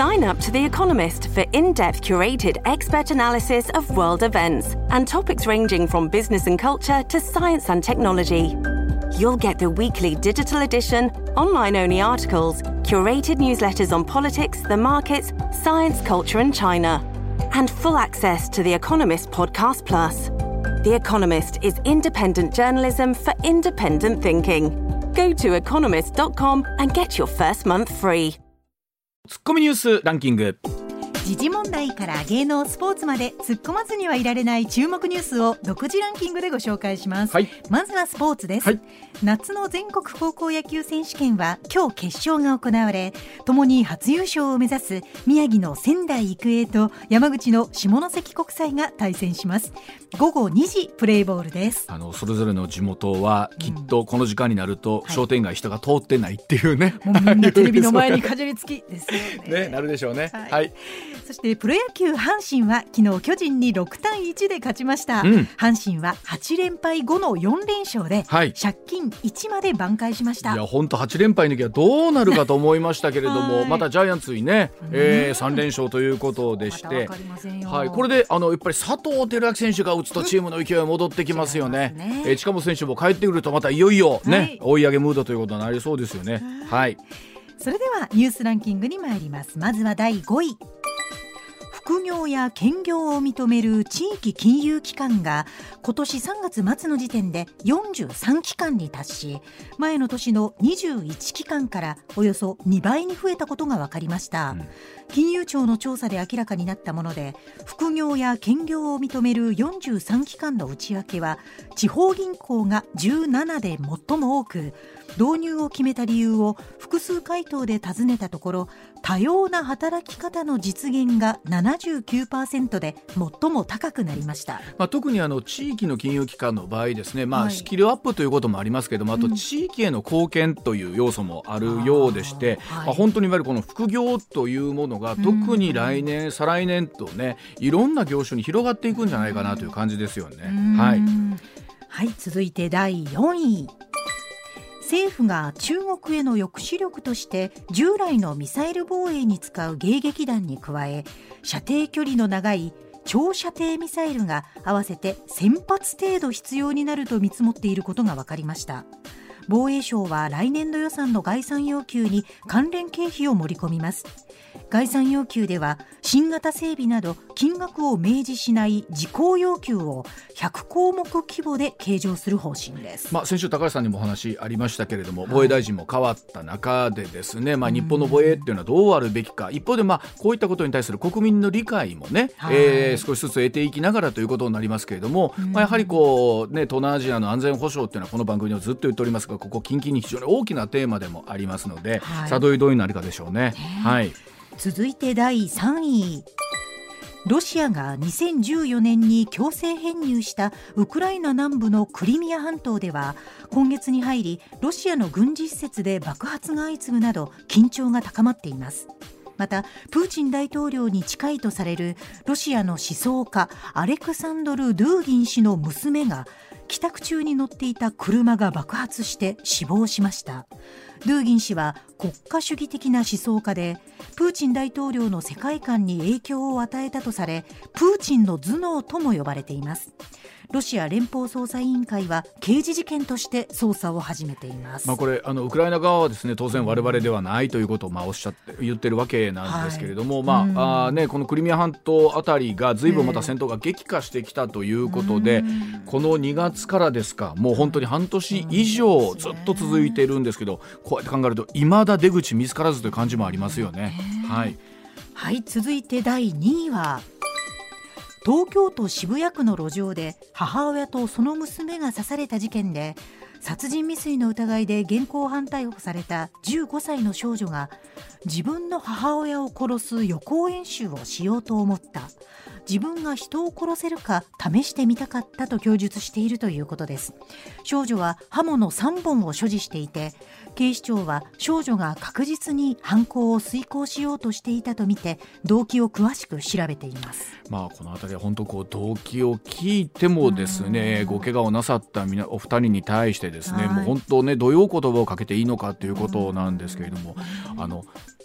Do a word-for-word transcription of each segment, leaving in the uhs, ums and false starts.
Sign up to The Economist for in-depth curated expert analysis of world events and topics ranging from business and culture to science and technology. You'll get the weekly digital edition, online-only articles, curated newsletters on politics, the markets, science, culture and China, and full access to The Economist Podcast Plus. The Economist is independent journalism for independent thinking. Go to economist dot com and get your first month free. ツッコミニュースランキング。 時事問題から芸能スポーツまで突っ込まずにはいられない注目ニュースを独自ランキングでご紹介します、 はい、 まずはスポーツです、はい、夏の全国高校野球選手権は今日決勝が行われ、ともに初優勝を目指す宮城の仙台育英と山口の下関国際が対戦します。ごごにじプレーボールです。 あのそれぞれの地元はきっとこの時間になると商店街人が通ってないっていうね、 はい、もうみんなテレビの前にかじりつきですよねね、なるでしょうね、 はいはい、 そしてプロ野球阪神は昨日巨人にろくたいいちで勝ちました、うん、阪神ははちれんぱいごのよんれんしょうで、はい、借金いちまで挽回しました。 いや本当はちれんぱいの時はどうなるかと思いましたけれども、はい、またジャイアンツにね、えー、さんれんしょうということでして、まはい、これであのやっぱり佐藤輝明選手が打つとチームの勢いが戻ってきますよね、うんねえー、近本選手も帰ってくるとまたいよいよ、ねはい、追い上げムードということになりそうですよね、はい、 それではニュースランキングに参ります。まずはだいごい、副業や兼業を認める地域金融機関が今年さんがつ末の時点でよんじゅうさんきかんに達し、前の年のにじゅういちきかんからおよそにばいに増えたことが分かりました、うん、金融庁の調査で明らかになったもので、副業や兼業を認めるよんじゅうさんきかんの内訳は地方銀行がじゅうななで最も多く、導入を決めた理由を複数回答で尋ねたところ、多様な働き方の実現が ななじゅうきゅうパーセント で最も高くなりました。 まあ、特にあの地域の金融機関の場合ですね、まあ、はい、スキルアップということもありますけども、あと地域への貢献という要素もあるようでして、うんはいまあ、本当にいわゆるこの副業というものが特に来年、うん、再来年とね、いろんな業種に広がっていくんじゃないかなという感じですよね、うんはいはい、続いてだいよんい、政府が中国への抑止力として従来のミサイル防衛に使う迎撃弾に加え、射程距離の長い長射程ミサイルが合わせてせんぱつ程度必要になると見積もっていることが分かりました。防衛省は来年度予算の概算要求に関連経費を盛り込みます。概算要求では新型整備など金額を明示しない事項要求をひゃくこうもく規模で計上する方針です。 まあ、先週高橋さんにもお話ありましたけれども、はい、防衛大臣も変わった中でですね、まあ、日本の防衛っていうのはどうあるべきか、一方でまあこういったことに対する国民の理解もね、はいえー、少しずつ得ていきながらということになりますけれども、まあ、やはりこう、ね、東南アジアの安全保障っていうのはこの番組でもずっと言っておりますが、ここ近々に非常に大きなテーマでもありますので、はい、さあどういうどういうなるかでしょうね、はい、 続いてだいさんい、ロシアがにせんじゅうよねんに強制編入したウクライナ南部のクリミア半島では、今月に入りロシアの軍事施設で爆発が相次ぐなど緊張が高まっています。またプーチン大統領に近いとされるロシアの思想家アレクサンドル・ドゥーギン氏の娘が帰宅中に乗っていた車が爆発して死亡しました。ドゥーギン氏は国家主義的な思想家で、プーチン大統領の世界観に影響を与えたとされ、プーチンの頭脳とも呼ばれています。ロシア連邦捜査委員会は刑事事件として捜査を始めています。 まあ、これあのウクライナ側はですね、当然我々ではないということをまあおっしゃって言ってるわけなんですけれども、はいまあうんあね、このクリミア半島あたりが随分また戦闘が激化してきたということで、このにがつからですか、もう本当に半年以上ずっと続いているんですけど、こうやって考えると未だ出口見つからずという感じもありますよね。はい、 はい、続いてだいにいは東京都渋谷区の路上で母親とその娘が刺された事件で、殺人未遂の疑いで現行犯逮捕されたじゅうごさいの少女が、自分の母親を殺す予行演習をしようと思った、自分が人を殺せるか試してみたかったと供述しているということです。少女は刃物さんぼんを所持していて、警視庁は少女が確実に犯行を遂行しようとしていたとみて動機を詳しく調べています。 まあ、このあたりは本当こう動機を聞いてもですね、ご怪我をなさったお二人に対してですね、もう本当ね、どういう言葉をかけていいのかということなんですけれども、あの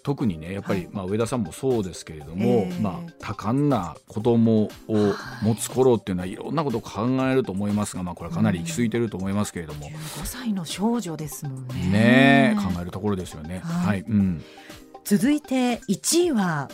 特にねやっぱり、はいまあ、上田さんもそうですけれども、 えーまあ、多感な子供を持つ頃っていうのはいろんなことを考えると思いますが、まあ、これはかなり行き過ぎてると思いますけれども、 じゅうごさいの少女ですもんね。 ね考えるところですよね。 はい、 はいうん、 続いていちいは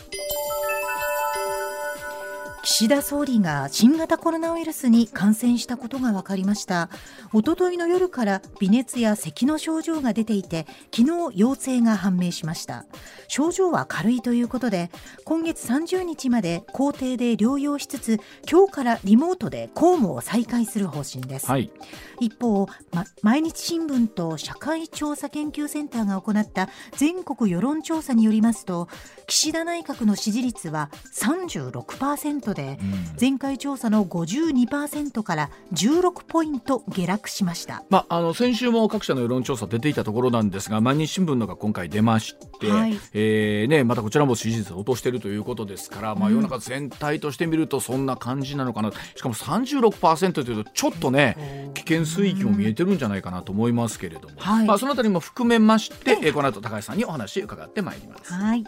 岸田総理が新型コロナウイルスに感染したことが分かりました。おとといの夜から微熱や咳の症状が出ていて、昨日陽性が判明しました。症状は軽いということで、今月さんじゅうにちまで公邸で療養しつつ、今日からリモートで公務を再開する方針です。 はい、 一方、ま、毎日新聞と社会調査研究センターが行った全国世論調査によりますと、岸田内閣の支持率は さんじゅうろくパーセントで、うん、前回調査の ごじゅうにパーセント からじゅうろくポイント下落しました。 まあ、あの先週も各社の世論調査出ていたところなんですが、毎日新聞のが今回出まして、はいえーね、またこちらも支持率を落としているということですから、まあ、世の中全体として見るとそんな感じなのかな、うん、しかも さんじゅうろくパーセント というとちょっとね危険水域も見えてるんじゃないかなと思いますけれども、はいまあ、そのあたりも含めまして、えー、この後高橋さんにお話伺ってまいります。 はい、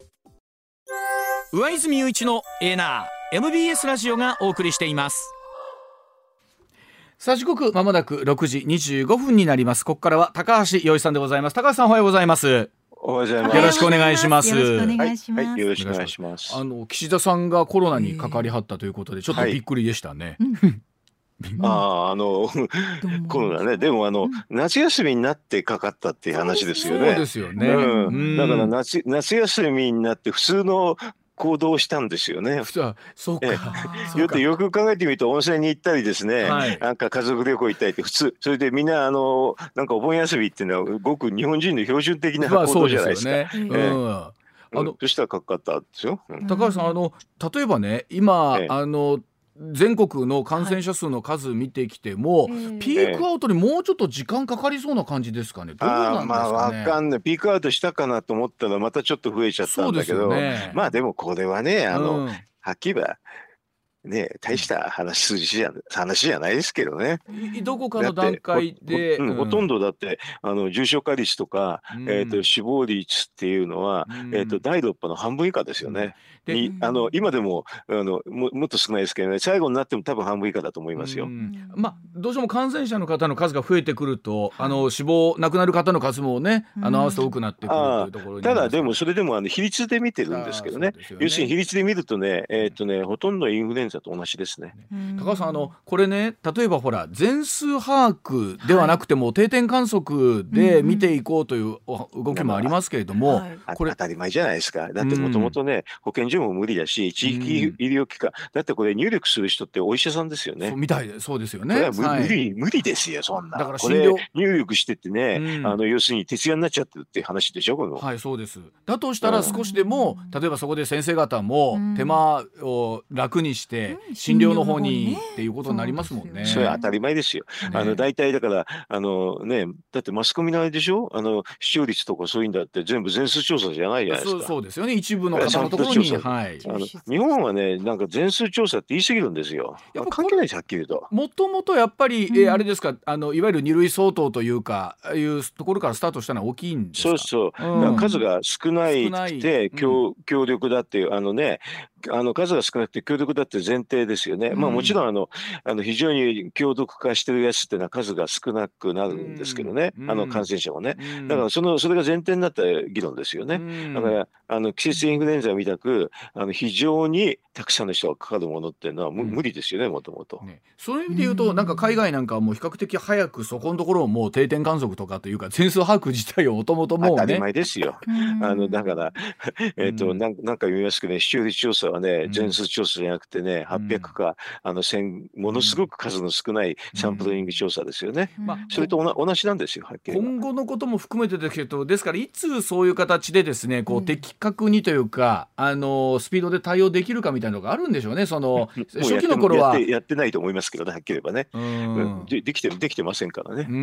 上泉雄一のエーナー エムビーエス ラジオがお送りしています。 さあ時刻まもなくろくじにじゅうごふんになります。ここからは高橋洋一さんでございます。高橋さんおはようございます。 おはようございます。 よろしくお願いします。 よろしくお願いします。 はいはい、よろしくお願いします。 あの岸田さんがコロナにかかりはったということでちょっとびっくりでしたね。はいああ、あのコロナね、でもあの、うん、夏休みになってかかったっていう話ですよね。 そうですよね、 うん、だから 夏, 夏休みになって普通の行動をしたんですよね。 そうか。 よってよく考えてみると温泉に行ったりですね、はい、なんか家族旅行行ったりって普通、それでみんなあのなんかお盆休みっていうのはごく日本人の標準的な行動じゃないですか。まあそうですよね。うん、あのそしたらかかったんですよ。うん、 高橋さんあの例えばね今、ええ、あの全国の感染者数の数見てきても、はい、ピークアウトにもうちょっと時間かかりそうな感じですかね。どうなんですかね。あまあわかんない。ピークアウトしたかなと思ったらまたちょっと増えちゃったんだけど、ね、まあでもこれはねあの、うん、はっきりはね大した話数字じゃ話じゃないですけどね。 どこかの段階でほ, ほ, うん、ほとんどだってあの重症化率とか、うんえー、と死亡率っていうのは、うんえー、とだいろっ波の半分以下ですよね。うん、にあの今でもあの も, もっと少ないですけどね、最後になっても多分半分以下だと思いますよ。うんまあ、どうしても感染者の方の数が増えてくるとあの死亡亡くなる方の数もね、うん、あの合わせて多くなってくるというところにただでもそれでもあの比率で見てるんですけど ね, ね要するに比率で見るとね、えーとねほとんどインフルエンザと同じですね。 高橋さんあのこれね例えばほら全数把握ではなくても、はい、定点観測で見ていこうという動きもありますけれども、 はい、これ当たり前じゃないですか。だってもともとね、うん、保健所も無理だし地域医療機関、うん、だってこれ入力する人ってお医者さんですよね。 そうみたいでそうですよね。 それは無、はい、無理無理ですよそんな。 だから診療これ入力してってね、うん、あの要するに徹夜になっちゃってるっていう話でしょこの。 はいそうです。だとしたら少しでも、うん、例えばそこで先生方も手間を楽にして、うん、診療の方にっていうことになりますもんね。 それは当たり前ですよ。ね、あの大体だからあのねだってマスコミのあれでしょあの視聴率とかそういうんだって全部全数調査じゃないじゃないですか。 そう、そうですよね。一部の方のところに、はい、 あの日本はねなんか全数調査って言い過ぎるんですよ。やっぱ関係ないですはっきり言うと。 もともとやっぱり、うん、えー、あれですかあのいわゆる二類相当というかああいうところからスタートしたのは大きいんですか。 そうそう、うん、だから数が少ないくて強、うん、強力だっていうあのねあの数が少なくて強力だって前提ですよね。うん、まあもちろんあのあの非常に強毒化してるやつっていうのは数が少なくなるんですけどね、うん、あの感染者もね、うん、だからそのそれが前提になった議論ですよね。うん、だからあの季節インフルエンザみたくあの非常にたくさんの人がかかるものっていうのは、うん、無理ですよねもともと。 そういう意味で言うとなんか海外なんかはもう比較的早くそこのところをもう定点観測とかというか全数把握自体をもともともうね当たり前ですよ。あのだからえっとなんか言いますけどね視聴率調査はね全数調査じゃなくてね、うん、はっぴゃくかあのせんものすごく数の少ないサンプリング調査ですよね。うん、それと同じなんですよはっきり。 今後のことも含めてですけどですからいつそういう形でですねこう的確にというか、うん、あのスピードで対応できるかみたいなのがあるんでしょうね。その初期の頃はや, ってやってないと思いますけどねはっきり言えばね、うん、で, できてできてませんからね。 うん、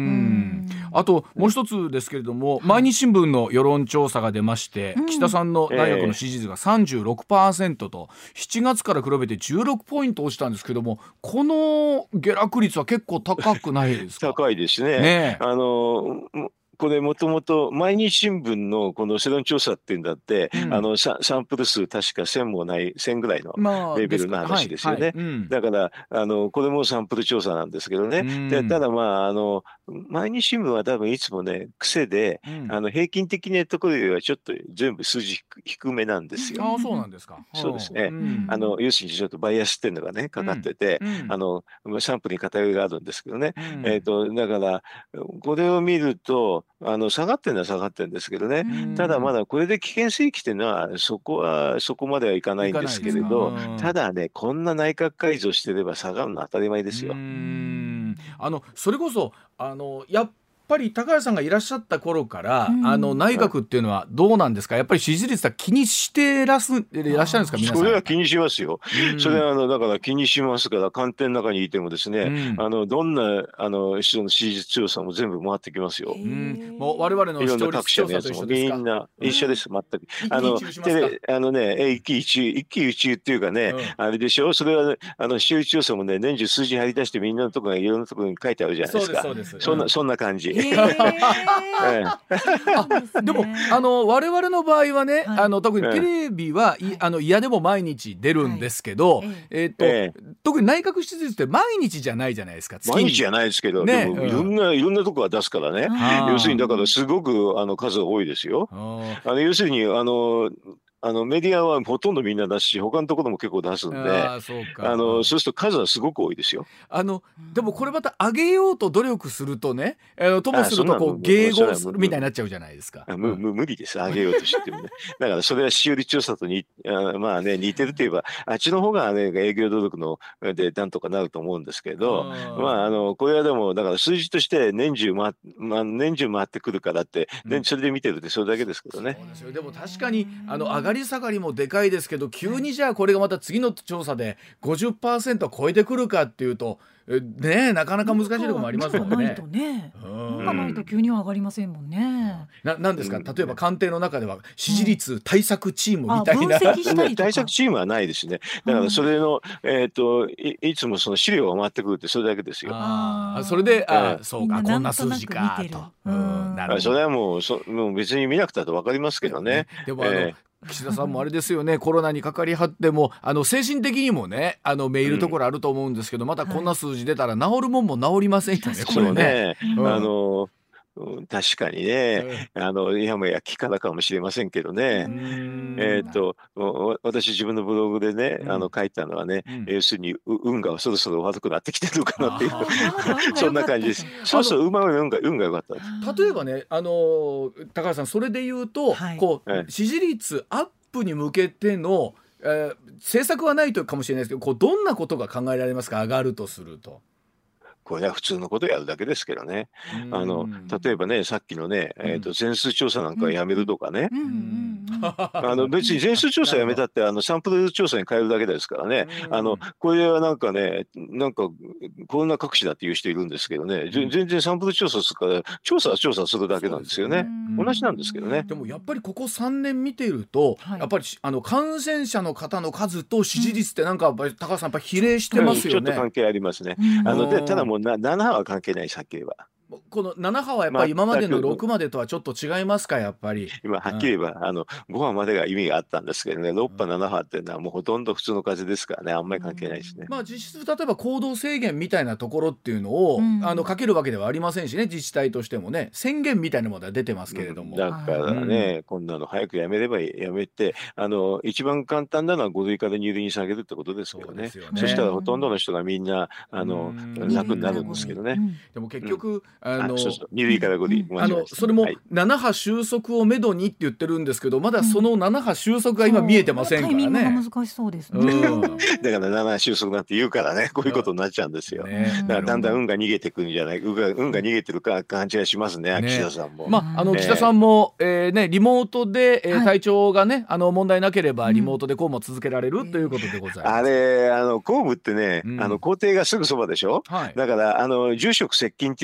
あともう一つですけれども、うん、毎日新聞の世論調査が出まして、うん、岸田さんの大学の支持率が さんじゅうろくパーセント としちがつから比べてじゅうろくポイント落ちたんですけどもこの下落率は結構高くないですか。 高いですね。ねあのこれもともと毎日新聞のこの世論調査っていうんだって、うん、あのサンプル数確かせんもないせんぐらいのレベルの話ですよね。だからあのこれもサンプル調査なんですけどね、うん、でただまああの毎日新聞は多分いつもね癖で、うん、あの平均的なところよりはちょっと全部数字低めなんですよ。 ああそうなんですか。 そうですね、うん、あの要するにちょっとバイアスっていうのがねかかってて、うん、あのサンプルに偏りがあるんですけどね、うん、えーと、だからこれを見るとあの下がってるのは下がってるんですけどね、うん、ただまだこれで危険水域っていうのはそこはそこまではいかないんですけれど、ただねこんな内閣改造してれば下がるのは当たり前ですよ。 うん、あのそれこそあのやっやっぱり高橋さんがいらっしゃった頃から、うん、あの内閣っていうのはどうなんですか。やっぱり支持率は気にしてらすいらっしゃるんですか。皆さんそれは気にしますよ、うん、それはあのだから気にしますから官邸の中にいてもですね、うん、あのどんなあの人の支持率調査も全部回ってきますよ、うん、 もう我々の視聴率調査と一緒ですか。 みんな一緒です、全くあのであのね一喜一憂一喜一憂っていうかね、うん、あれでしょ。それは、ね、あの視聴率調査もね年中数字張り出してみんなのところがいろんなところに書いてあるじゃないですか。 そうですそうです、 そんな、うん、そんな感じ。 あでもあの我々の場合はね、はい、あの特にテレビは、はい、あの嫌でも毎日出るんですけど、はい、えーとえー、特に内閣支持率って毎日じゃないじゃないですか。 毎日じゃないですけど、ね、でもいろんな、うん、いろんなとこが出すからね。要するにだからすごくあの数が多いですよ。あの要するにあのあのメディアはほとんどみんな出すし他のところも結構出すんで、あそうか、あのそうすると数はすごく多いですよ。 あのでもこれまた上げようと努力するとね、あのともするとこう迎合するみたいになっちゃうじゃないですか。 むむ無理です、上げようとしてもね。だからそれは視聴率調査とにあまあね似てるといえばあっちの方がね営業努力のでなんとかなると思うんですけど、あまああのこれはでもだから数字として年中回、まあ、年中回ってくるからって、うん、それで見てるってそれだけですけどね。 そうですよ。でも確かにあの上がり下がりもでかいですけど、急にじゃあこれがまた次の調査で ごじゅっパーセント 超えてくるかっていうとねえなかなか難しいところもありますもんね。 ないとね、なんかないと急には上がりませんもんね。 ななんですか、例えば官邸の中では支持率対策チームみたいな、 分析したりとか対策チームはないですね。だからそれの、えー、と い, いつもその資料が回ってくるってそれだけですよ。 あそれであ、えー、そうかこんな数字かと、うん、なるほど。 それはもうそもう別に見なくたって分かりますけどね。 でもあの、えー岸田さんもあれですよね、コロナにかかりはってもあの精神的にもねあのメールところあると思うんですけど、うん、またこんな数字出たら治るもんも治りませんよね、はい、これね、 うん、あのうん、確かにね、うん、あのやもや気からかもしれませんけどね、えー、と私自分のブログでね、うん、あの書いたのはね、うん、要するに運がそろそろ悪くなってきてるのかなっていうそんな感じです。そうそう、馬は運が運が良かったです。 例えばね、あの高橋さんそれで言うと、はい、こう、はい、支持率アップに向けての、えー、政策はないとかもしれないですけど、こうどんなことが考えられますか、上がるとすると。 これは普通のことをやるだけですけどね。あの例えばねさっきのね、えー、と全数調査なんかやめるとかね、あの別に全数調査やめたってあのサンプル調査に変えるだけですからね。あのこれはなんかねなんかコロナ隠しだっていう人いるんですけどね、全然サンプル調査するから調査は調査するだけなんですよね。同じなんですけどね。 でもやっぱりここさんねん見ていると、はい、やっぱりあの感染者の方の数と支持率ってなんか、うん、高橋さんやっぱり比例してますよね。 ちょっと関係ありますね。あのでただもうなななは関係ない、さっき言えば。 このなな波はやっぱり今までのろくまでとはちょっと違いますか、やっぱり。 今はっきり言えば、うん、あのご波までが意味があったんですけどね、ろく波なな波っていうのはもうほとんど普通の風邪ですからね、あんまり関係ないですね。 うん、まあ実質例えば行動制限みたいなところっていうのを、うん、あのかけるわけではありませんしね、自治体としてもね宣言みたいなものは出てますけれども、 うん、だからね、うん、こんなの早くやめればやめて、あの一番簡単なのはご類からに類に下げるってことですけどね。 そ, ねそしたらほとんどの人がみんなあの楽になるんですけどね。 でも結局、うん、あのあそうそうに類からご類、 あのそれもなな波収束をめどにって言ってるんですけど、まだそのなな波収束が今見えてませんからね。タイミングが難しそうですね。 うん、だからなな波収束なんて言うからね、こういうことになっちゃうんですよ。ね、だからだんだん運が逃げてくるんじゃない、運が、運が逃げてるか感じがしますね、ね岸田さんも。 まあ、あの岸田さんも、えーね、リモートで、えーはい、体調がねあの問題なければリモートで公務を続けられる、うん、ということでございます。 あれあの公務ってね、うん、あの公邸がすぐそばでしょ、はい、だからあの住職接近っていうか総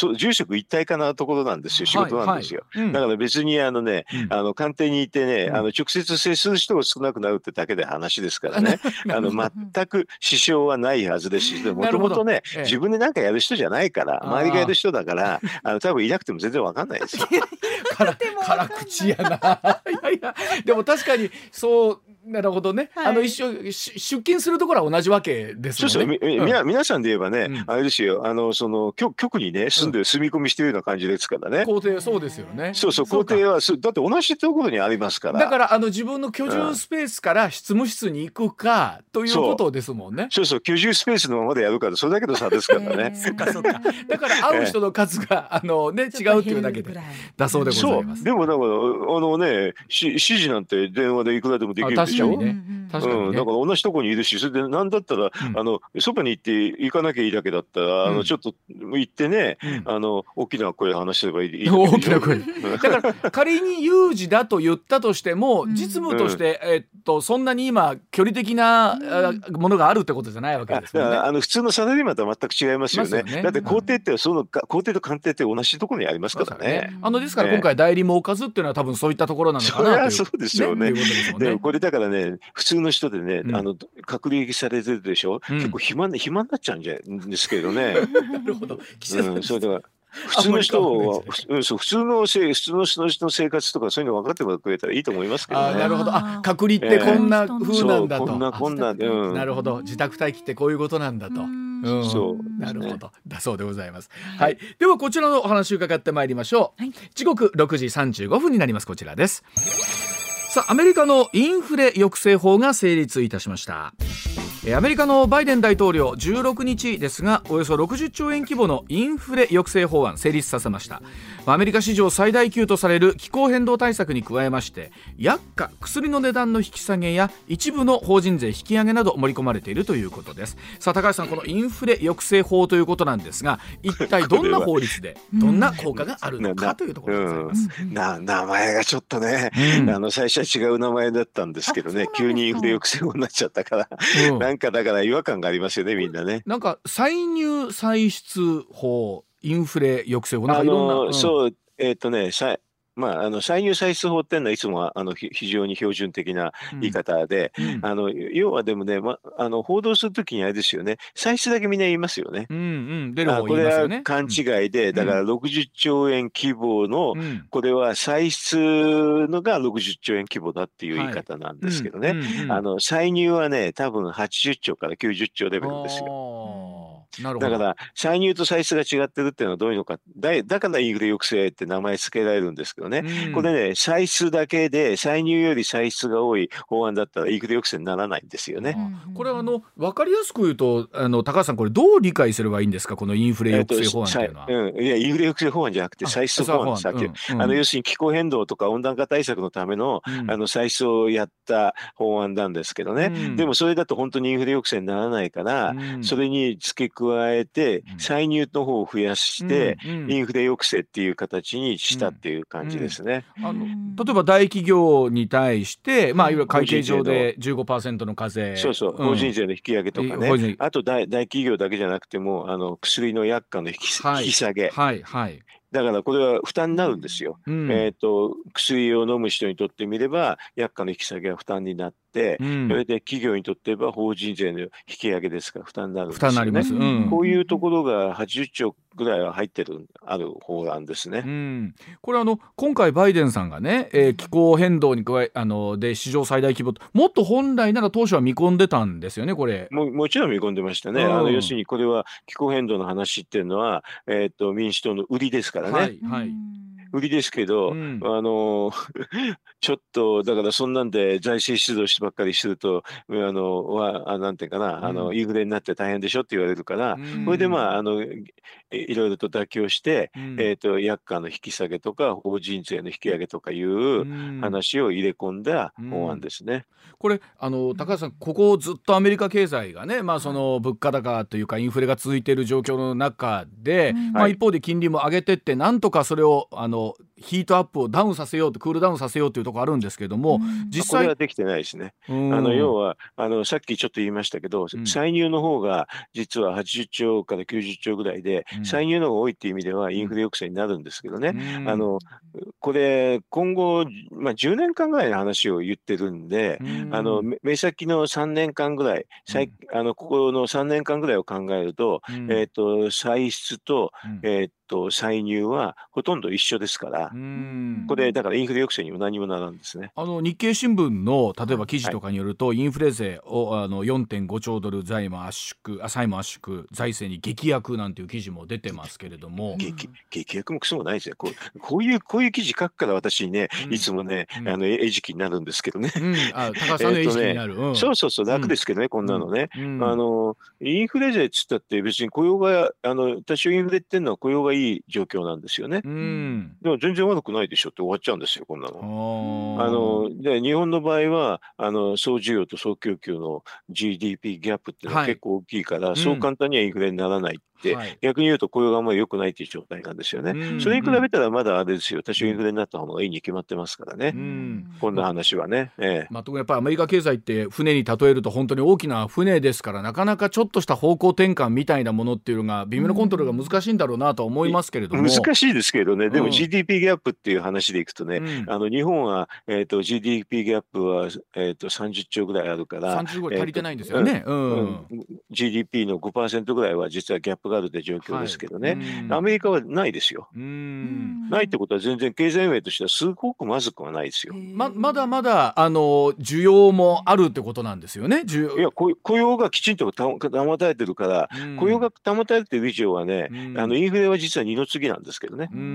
そう住職一体化なところなんですよ、仕事なんですよ、 はいはいうん、 だから別にあのね、うん、あの官邸にいてね、うん、あの直接接する人が少なくなるってだけで話ですからねあの全く支障はないはずですし、もともとね、ええ、自分で何かやる人じゃないから周りがやる人だからあの多分いなくても全然わかんないですよから辛口やないやいやでも確かにそうなるほどね、はい、あの一緒出勤するところは同じわけですもんね。 そうそう、み、うん、皆さんで言えばね、うん、あれですよ、あのその 局, 局にね住んで住み込みしてるような感じですからね。 校庭そうですよね。 そうそう校庭はだって同じところにありますから。 だからあの自分の居住スペースから執務室に行くか、うん、ということですもんね。 そうそう居住スペースのままでやるからそれだけの差ですからね。 そっかそっか。だから会う人の数があのね違うっていうだけでだそうでございます。 でもだからあのね指示なんて電話でいくらでもできるでしょ。 確かにね。確かにね、 うん、だから同じとこにいるし、それで何だったら、うん、あのそばに行って行かなきゃいいだけだったら、うん、あのちょっと行ってね、うん、あの大きな声で話せばいい。 大きな声だから仮に有事だと言ったとしても、実務として、うん、えっとそんなに今距離的な、うん、ものがあるってことじゃないわけですよね。 あの普通のサラリーマンとは全く違いますよね。よねだって校庭ってその校庭と官邸って同じところにありますからね。ねあのですから今回代理もおかずっていうのは多分そういったところなのかなという。 そうですよね。でもこれだからね普通の人でね、うん、あの隔離されてるでしょ、うん、結構暇に暇になっちゃうんじゃんですけどね。 なるほど。 うん、それでは普通の人は、うん、そう普通のせ普通の人の生活とかそういうの分かってくれたらいいと思いますけどね。 あなるほど。あ隔離ってこんな風なんだと。 こんなこんな、うん、 なるほど。自宅待機ってこういうことなんだと。 うん、そうなるほどだそうでございます。はい、ではこちらのお話を伺ってまいりましょう。はい、時刻ろくじさんじゅうごふんになります。こちらです。さあアメリカのインフレ抑制法が成立いたしました。アメリカのバイデン大統領じゅうろくにちですがおよそろくじゅっちょうえん規模のインフレ抑制法案成立させました。アメリカ史上最大級とされる気候変動対策に加えまして薬価薬の値段の引き下げや一部の法人税引き上げなど盛り込まれているということです。さあ高橋さんこのインフレ抑制法ということなんですが一体どんな法律でどんな効果があるのかというところでございます。 うん、な名前がちょっとね、うん、あの最初は違う名前だったんですけどね急にインフレ抑制法になっちゃったから、うん、なんかだから違和感がありますよねみんなね。 なんか歳入歳出法インフレ抑制法なんかいろんな、 あのーうん、そうえっ、ー、とねさまあ、あの歳入歳出法っていうのはいつもはあの非常に標準的な言い方で、うん、あの要はでもね、ま、あの報道するときにあれですよね歳出だけみんな言いますよね。 うんうん、出る方言いますよね。 これは勘違いで、うん、だからろくじゅっちょうえん規模の、うん、これは歳出のがろくじゅっちょうえん規模だっていう言い方なんですけどね、はいうんうんうん、あの歳入はね多分はちじゅっちょうからきゅうじゅっちょうレベルですよ。 なるほど。 だから歳入と歳出が違ってるっていうのはどういうのかだだからインフレ抑制って名前付けられるんですけどね、うん、これね歳出だけで歳入より歳出が多い法案だったらインフレ抑制にならないんですよね。 うん、これはあの分かりやすく言うとあの高橋さんこれどう理解すればいいんですかこのインフレ抑制法案っていうのは。えっとうん、 いやインフレ抑制法案じゃなくて歳出法案さっき、うんうん、あの要するに気候変動とか温暖化対策のための、うん、あの歳出をやった法案なんですけどね、うん、でもそれだと本当にインフレ抑制にならないから、うん、それに付け加えて歳入の方を増やして、うんうん、インフレ抑制っていう形にしたっていう感じですね。 うんうん、あの例えば大企業に対して、まあ、いわゆる会計上で じゅうごパーセント の課税そうそう、うん、法人税の引き上げとかねあと 大, 大企業だけじゃなくてもあの薬の薬価の引き、はい、引き下げ、 はいはいだからこれは負担になるんですよ、うんえー、と薬を飲む人にとってみれば薬価の引き下げは負担になって、うん、それで企業にとっては法人税の引き上げですから負担になるんですよね。 負担になります、うん、 こういうところがはちじゅっちょうぐらいは入ってるある法案ですね、 うん、これあの今回バイデンさんがね、えー、気候変動に加えあので史上最大規模もっと本来なら当初は見込んでたんですよねこれも, もちろん見込んでましたね、うん、あの要するにこれは気候変動の話っていうのは、えー、と民主党の売りですからね、 はいはい売りですけど、うん、あのちょっとだからそんなんで財政出動してばっかりするとあのはなんていうかな、うん、あのインフレになって大変でしょって言われるから、うん、これでまああのいろいろと妥協して、うん、えー、と薬価の引き下げとか法人税の引き上げとかいう話を入れ込んだ法案ですね、うんうん、 これあの高橋さんここずっとアメリカ経済がね、まあ、その物価高というかインフレが続いている状況の中で、うんまあ、一方で金利も上げてってなんとかそれをあのヒートアップをダウンさせようとクールダウンさせようというところあるんですけども、実際これはできてないですね。あの要はあのさっきちょっと言いましたけど、うん、歳入の方が実ははちじゅっちょうからきゅうじゅっちょうぐらいで、うん、歳入の方が多いっていう意味ではインフレ抑制になるんですけどね、うん、あのこれ今後、まあ、じゅうねんかんぐらいの話を言ってるんで、うん、あの目先のさんねんかんぐらい、うん、あのここのさんねんかんぐらいを考えると、うん、えー、と歳出と、うん、えーと歳入はほとんど一緒ですから、うん、これだからインフレ抑制にも何もならんですね。 あの日経新聞の例えば記事とかによると、はい、インフレ税をあの よんてんごちょうドル財務圧縮あ債務圧縮財政に劇薬なんていう記事も出てますけれども、 劇, 劇薬もクソもないですよ。こう、こういうこういう記事書くから私ね、うん、いつもね、うん、あの餌食になるんですけどね、うん、 あ高橋さんの餌食になる、 ねうん、そうそうそう楽ですけどね、うん、こんなのね、うん、あのインフレ税っつったって別に雇用があの多少インフレっていうのは雇用がいい状況なんですよね、うん、でも全然悪くないでしょって終わっちゃうんですよこんなの。あので日本の場合はあの総需要と総供給の ジーディーピー ギャップっていうのは結構大きいから、はい、そう簡単にはインフレにならないって、はい、逆に言うと雇用があんまり良くないという状態なんですよね、うん、それに比べたらまだあれですよ、多少インフレになった方がいいに決まってますからね、うん、こんな話はね、ええまあ、特にやっぱりアメリカ経済って船に例えると本当に大きな船ですから、なかなかちょっとした方向転換みたいなものっていうのが微妙なコントロールが難しいんだろうなと思いますけれども、 難しいですけどね、でも ジーディーピー ギャップっていう話でいくとね、うん、あの日本は、えーと、ジーディーピー ギャップは、えーと、さんじゅっちょうぐらいあるからさんじゅうぐらい足りてないんですよね、うんうん、 ジーディーピー の ごパーセント ぐらいは実はギャップがあるって状況ですけどね、はい、アメリカはないですよ。うんないってことは全然経済運営としてはすごくまずくはないですよ。 ま, まだまだあの需要もあるってことなんですよね。 いや雇用がきちんと保たれてるから、うん、雇用が保たれてる以上はね、うん、あのインフレは実は二の次なんですけどね、うん、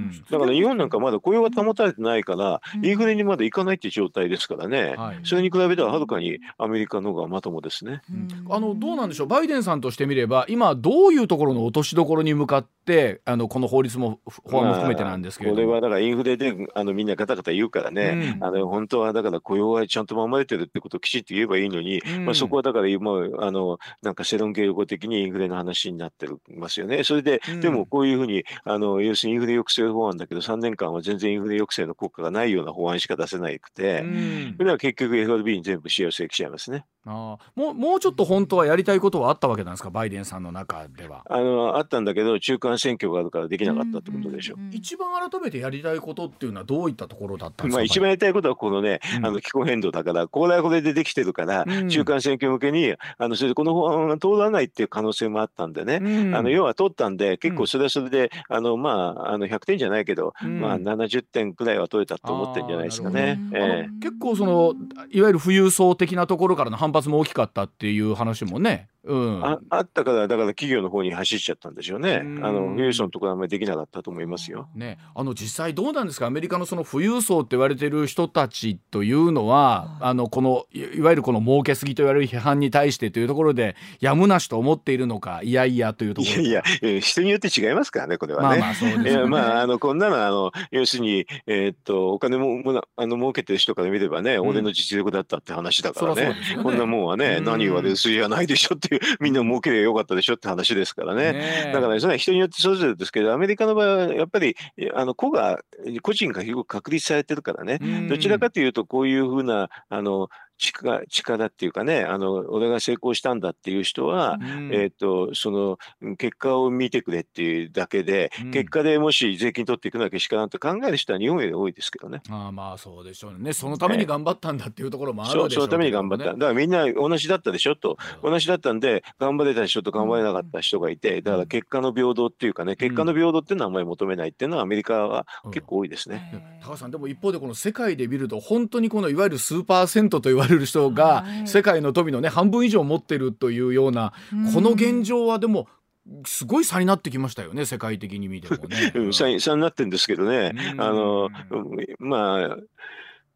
だから日本なんかまだ雇用が保たれてないから、うん、インフレにまだいかないっていう状態ですからね、はい、それに比べたらはるかにアメリカの方がまともですね、 うん、あのどうなんでしょう、バイデンさんとしてみれば今どういうところの落としどころに向かってあのこの法律も法案も含めてなんですけれども、 まあ、これはだからインフレであのみんなガタガタ言うからね、うん、あの本当はだから雇用はちゃんと守れてるってことをきちっと言えばいいのに、うん、まあ、そこはだから今あのなんか世論傾向的にインフレの話になってますよね。それで、うん、でもこういうふうにあの要するにインフレ抑制法案だけどさんねんかんは全然インフレ抑制の効果がないような法案しか出せなくて、うん、それは結局 エフアールビー に全部使用してきちゃいますね。 あもう、もうちょっと本当はやりたいことはあったわけなんですか、バイデンさんの中では。 あのあったんだけど中間選挙があるからできなかったってことでしょう、うんうん、 一番改めてやりたいことっていうのはどういったところだったんですか。 まあ、一番やりたいことはこのね、うん、あの気候変動だからこれはこれでできてるから、うん、中間選挙向けにあのそれでこの法案が通らないっていう可能性もあったんでね、うん、あの要は通ったんで結構それはそれで、うん、あのまああのひゃくてんじゃないけど、うん、まあななじゅってんくらいは取れたと思ってるんじゃないですかね、えー、結構そのいわゆる富裕層的なところからの反発も大きかったっていう話もね、うん、 あ, あったからだから企業の方に走っちゃったんでしょうね。あの富裕層のところはあんまりできなかったと思いますよ、 ね、あの実際どうなんですか、アメリカのその富裕層って言われてる人たちというのはあのこの い, いわゆるこの儲けすぎと言われる批判に対してというところでやむなしと思っているのか、いやいやというところ。 いやいや人によって違いますからねこれはね。まあまあそうですよね。いやまああのこんなのあの要するに、えー、っとお金もあの儲けてる人から見ればね、うん、俺の実力だったって話だからね、ね、こんなもんはね、うん、何言われる筋じゃないでしょっていうみんな儲けりゃよかったでしょって話ですからね。ねだからねそれは人によってそれぞれですけど、アメリカの場合はやっぱりあの個が個人が広く確立されてるからね、どちらかというとこういうふうなあの力, 力っていうかね、あの俺が成功したんだっていう人は、うん、えー、とその結果を見てくれっていうだけで、うん、結果でもし税金取っていくだけしかなんて考える人は日本より多いですけどね。 ああまあそうでしょうね。そのために頑張ったんだっていうところもあるでしょうけどね。 そのために頑張った。だからみんな同じだったでしょと、同じだったんで頑張れた人と頑張れなかった人がいて、だから結果の平等っていうかね、結果の平等っていうのはあんまり求めないっていうのはアメリカは結構多いですね、 うんうん、高橋さんでも一方でこの世界で見ると本当にこのいわゆる数パーセントと言われる人が世界の富のね半分以上持ってるというようなこの現状はでもすごい差になってきましたよね、世界的に見てもね。 差になってるんですけどね、あのまあ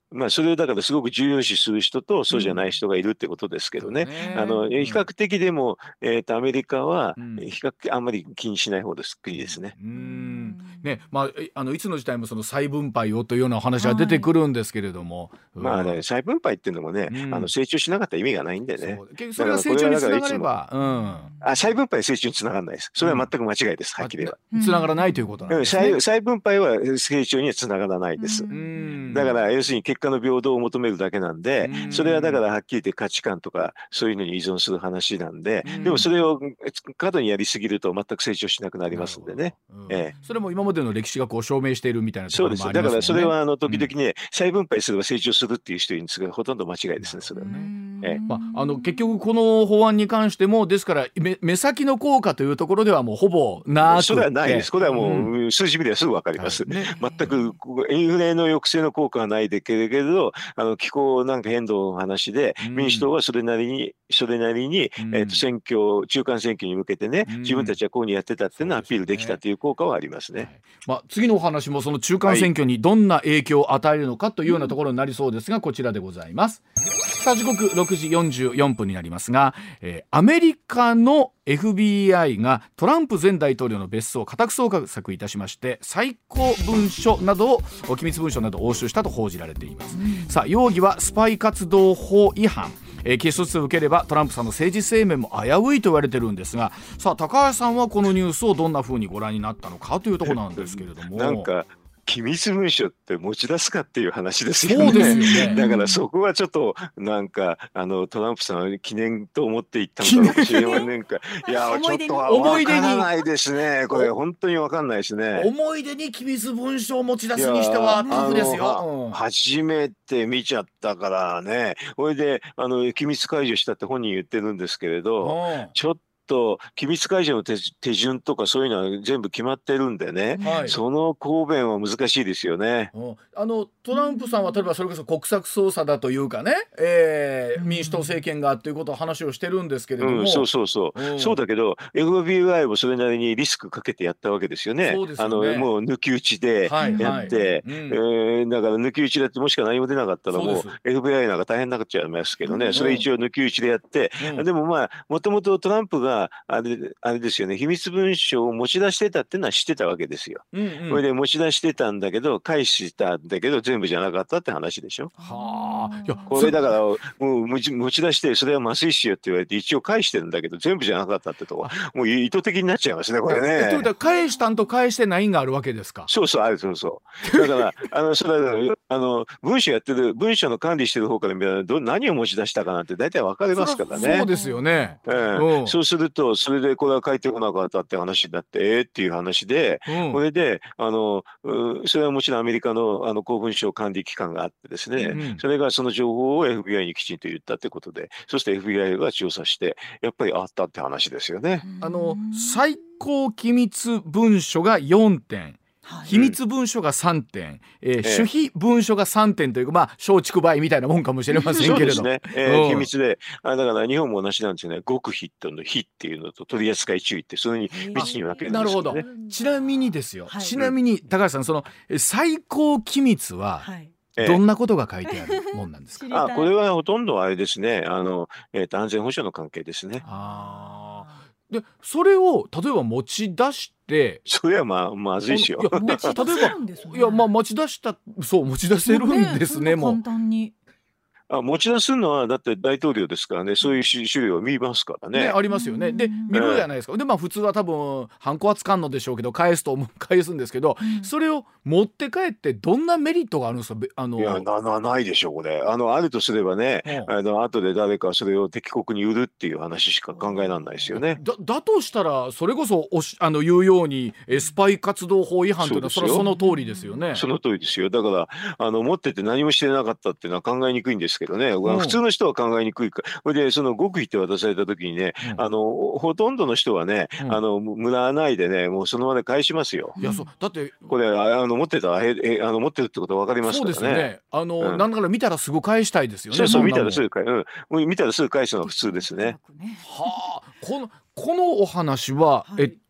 まあ、それをだからすごく重要視する人とそうじゃない人がいるってことですけどね、うん、あの比較的でも、えー、とアメリカは比較的あんまり気にしない方です、国ですね。 うんね、まあ、あのいつの時代もその再分配をというようなお話は出てくるんですけれども、はい、 まあね、再分配っていうのもね、うん、あの成長しなかったら意味がないんでね。 そ, それが成長につながれば、うん、 あ再分配は成長につながらないです。それは全く間違いです、うん、はっきり言えばつながらないということなんですね。 再, 再分配は成長にはつながらないです。うんだから要するに結果の平等を求めるだけなんで、うんそれはだからはっきり言って価値観とかそういうのに依存する話なんで、うんでもそれを過度にやりすぎると全く成長しなくなりますんでね、うんええ、 それも今までの歴史がこう証明しているみたいなところもありますよね。 そうです。だからそれはあの時々ね、うん、再分配すれば成長するっていう人いるんですがほとんど間違いですね、それはね。ええまあ、あの結局この法案に関してもですから目、目先の効果というところではもうほぼなくて、 それはないです。これはもう、うん、数字見ればすぐ分かります、はいね、全くインフレの抑制の効果はないでけれどあの気候なんか変動の話で、うん、民主党はそれなりにそれなりに、うんえー、と選挙中間選挙に向けてね、うん、自分たちはこうにやってたっていうのをアピールできたという効果はありますね。 はいまあ、次のお話もその中間選挙にどんな影響を与えるのかというようなところになりそうですが、うん、こちらでございます。さあ時刻ろくじよんじゅうよんぷんになりますが、えー、アメリカの エフビーアイ がトランプ前大統領の別荘を家宅捜索いたしまして最高文書などを機密文書などを押収したと報じられています、うん、さあ容疑はスパイ活動法違反、えー、警視措置を受ければトランプさんの政治生命も危ういと言われてるんですが、さあ高橋さんはこのニュースをどんな風にご覧になったのかというところなんですけれどもなんか機密文書って持ち出すかっていう話ですよね。 そうですよね。 だからそこはちょっとなんかあのトランプさんは記念と思っていったのかもしれませんか。いやちょっとは分からないですね。これ本当に分かんないですね。 思い出に機密文書を持ち出すにしてはタフですよ。 うん、初めて見ちゃったからね。それであの機密解除したって本人言ってるんですけれど、うん、ちょっとと機密解除の 手, 手順とかそういうのは全部決まってるんでね、はい、その抗弁は難しいですよね。 あのトランプさんは例えばそれこそ国策捜査だというかね、えー、民主党政権がということを話をしてるんですけれども、 うん、そうそうそう、うん、そうだけど エフビーアイ もそれなりにリスクかけてやったわけですよね。 そうですよね。あのもう抜き打ちでやって、はいはいうんえー、だから抜き打ちだってもしか何も出なかったらもう エフビーアイ なんか大変になっちゃいますけどね、うん、それ一応抜き打ちでやって、うん、でもまあもともとトランプがあれあれですよね、秘密文書を持ち出してたっていうのは知ってたわけですよ。うんうん、それで持ち出してたんだけど返したんだけど全部じゃなかったって話でしょ。 はあ、いやこれだからもう持ち、持ち出してそれは麻酔師よって言われて一応返してるんだけど全部じゃなかったってとこもう意図的になっちゃいますねこれね。 ということは返したんと返してないんがあるわけですか。 そうそうあるそうそうだからあのそれはあの文書やってる文書の管理してる方から見たらど何を持ち出したかなんて大体わかりますからね。 そうですよね、 えーうん、そうするとそれでこれは書いてこなかったって話になってえー、っていう話で、うん、これであのそれはもちろんアメリカのあの公文書管理機関があってですね、うん、それがその情報を エフビーアイ にきちんと言ったってことで、そして エフビーアイ が調査してやっぱりあったって話ですよね。 あの最高機密文書がよんてん、秘密文書がさんてん、えーえー、守秘文書がさんてんというか、まあ松竹梅みたいなもんかもしれませんけれど。 そうですね、えーうん、秘密であだから日本も同じなんですよね。極秘との秘っていうのと取り扱い注意ってそれにみっつに分けるんですよね。なるほど。 ちなみにですよ、はい、ちなみに高橋さんその最高機密は、はいどんなことが書いてあるもんなんですか。 あこれはほとんどあれですねあの、えー、と安全保障の関係ですね。 あでそれを例えば持ち出してそれはまあまずいしよ。 いやで例えばいやまあ持ち出したそう持ち出せるんですね。もう簡単にあ持ち出すのはだって大統領ですからね、そういう種類を見ますからね。 ねありますよね。で見るじゃないですか。でまあ普通は多分ハンコはつかんのでしょうけど返すと返すんですけど、うん、それを持って帰ってどんなメリットがあるんですか。あのいや な, な, ないでしょうこれ。あのあるとすればね、うん、あの後で誰かそれを敵国に売るっていう話しか考えられないですよね。 だ, だとしたらそれこそおしあの言うようにスパイ活動法違反というのはそれはその通りですよね。 その通りですよ。だからあの持ってて何もしてなかったっていうのは考えにくいんですけどね、うん、普通の人は考えにくいか。それでその極秘って渡された時にね、うん、あのほとんどの人はね、うん、あの無駄ないでねもうその場で返しますよ。 いやそうだってこれあの持ってたええあの持ってるってことは分かりますからね。 そうですよね。あの、うん、なんだから見たらすぐ返したいですよね。 そうそう見たらすぐ返、うん、もう見たらすぐ返すのが普通ですね。 はあこのこのお話は、はい、え